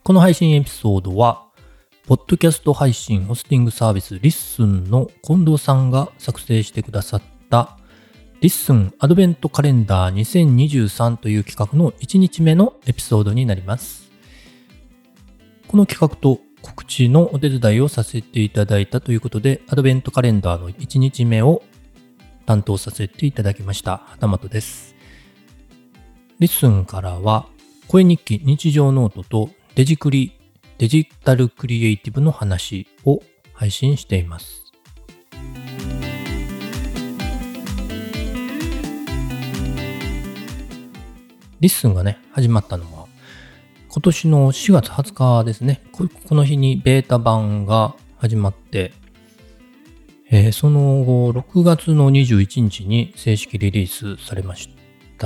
この配信エピソードは、ポッドキャスト配信ホスティングサービスリッスンの近藤さんが作成してくださったリッスンアドベントカレンダー2023という企画の1日目のエピソードになります。この企画と告知のお手伝いをさせていただいたということで、アドベントカレンダーの1日目を担当させていただきました。旗本です。リッスンからは、声日記日常ノートとデジタルクリエイティブの話を配信しています。リッスンがね、始まったのは今年の4月20日ですね。この日にベータ版が始まって、その後6月の21日に正式リリースされました。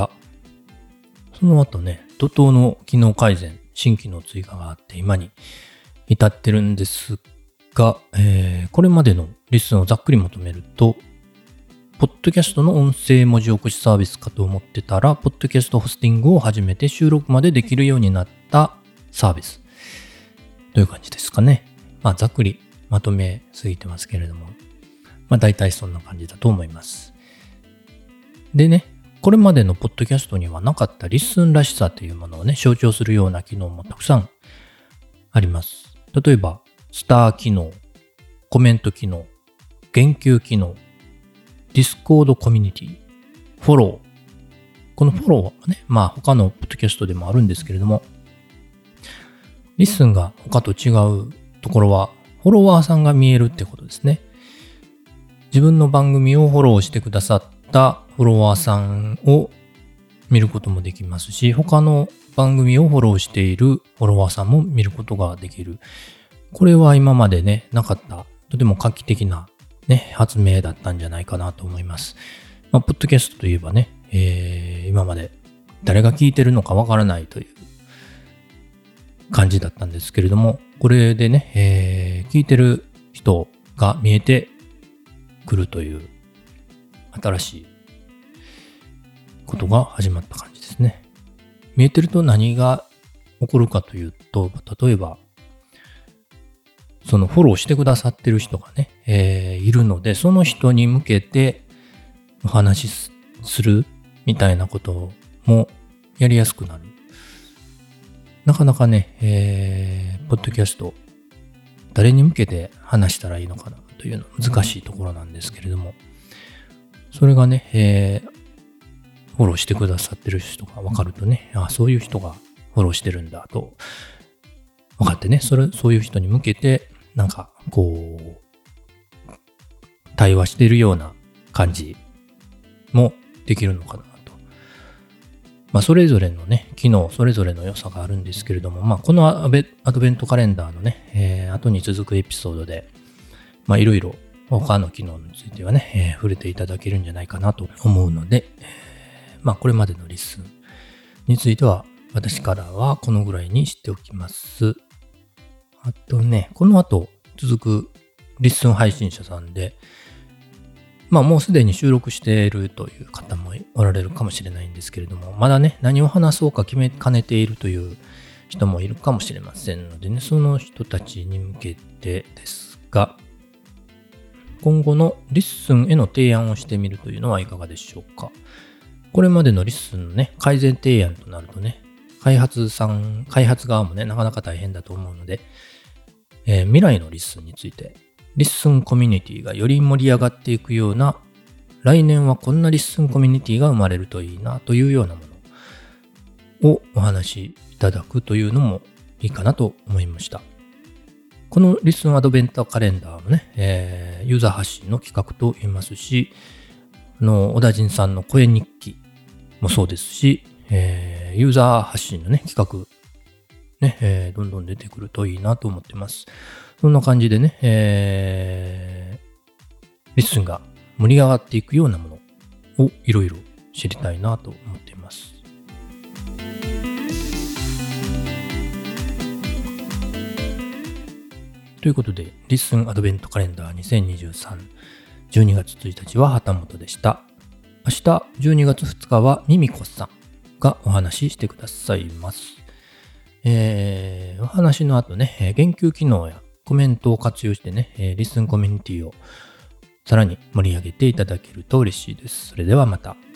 その後ね、怒涛の機能改善、新機能追加があって今に至ってるんですが、これまでのリッスンをざっくりまとめると、ポッドキャストの音声文字起こしサービスかと思ってたら、ポッドキャストホスティングを始めて収録までできるようになったサービスという感じですかね。ざっくりまとめすぎてますけれども、大体そんな感じだと思います。でね、これまでのポッドキャストにはなかったリッスンらしさというものをね、象徴するような機能もたくさんあります。例えば、スター機能、コメント機能、言及機能、ディスコードコミュニティ、フォロー。このフォローはね、他のポッドキャストでもあるんですけれども、リッスンが他と違うところは、フォロワーさんが見えるってことですね。自分の番組をフォローしてくださったフォロワーさんを見ることもできますし、他の番組をフォローしているフォロワーさんも見ることができる。これは今までね、なかった、とても画期的なね、発明だったんじゃないかなと思います。ポッドキャストといえばね、今まで誰が聞いてるのかわからないという感じだったんですけれども、これでね、聞いてる人が見えてくるという新しいことが始まった感じですね。見えてると何が起こるかというと、例えばそのフォローしてくださってる人がね、いるので、その人に向けてお話しするみたいなこともやりやすくなる。なかなかね、ポッドキャスト誰に向けて話したらいいのかなというのは難しいところなんですけれども、それがね、フォローしてくださってる人が分かるとね、そういう人がフォローしてるんだと分かってね、そういう人に向けて対話しているような感じもできるのかなと。それぞれのね、機能、それぞれの良さがあるんですけれども、このアドベントカレンダーのね、後に続くエピソードで、いろいろ他の機能についてはね、触れていただけるんじゃないかなと思うので、これまでのリッスンについては、私からはこのぐらいにしておきます。あとね、この後続くリッスン配信者さんで、もうすでに収録しているという方もおられるかもしれないんですけれども、まだね、何を話そうか決めかねているという人もいるかもしれませんのでね、その人たちに向けてですが、今後のリッスンへの提案をしてみるというのはいかがでしょうか。これまでのリッスンのね、改善提案となるとね、開発側もね、なかなか大変だと思うので、未来のリッスンについて、リッスンコミュニティがより盛り上がっていくような、来年はこんなリッスンコミュニティが生まれるといいなというようなものをお話しいただくというのもいいかなと思いました。このリッスンアドベントカレンダーもね、ユーザー発信の企画と言いますし、小田陣さんの声日記もそうですし、ユーザー発信のね、企画ね、どんどん出てくるといいなと思ってます。そんな感じでね、リッスンが盛り上がっていくようなものをいろいろ知りたいなと思っています。ということで、リッスンアドベントカレンダー2023、12月1日は旗本でした。明日12月2日はミミコさんがお話ししてくださいます。 話の後ね、言及機能やコメントを活用してね、リッスンコミュニティをさらに盛り上げていただけると嬉しいです。それではまた。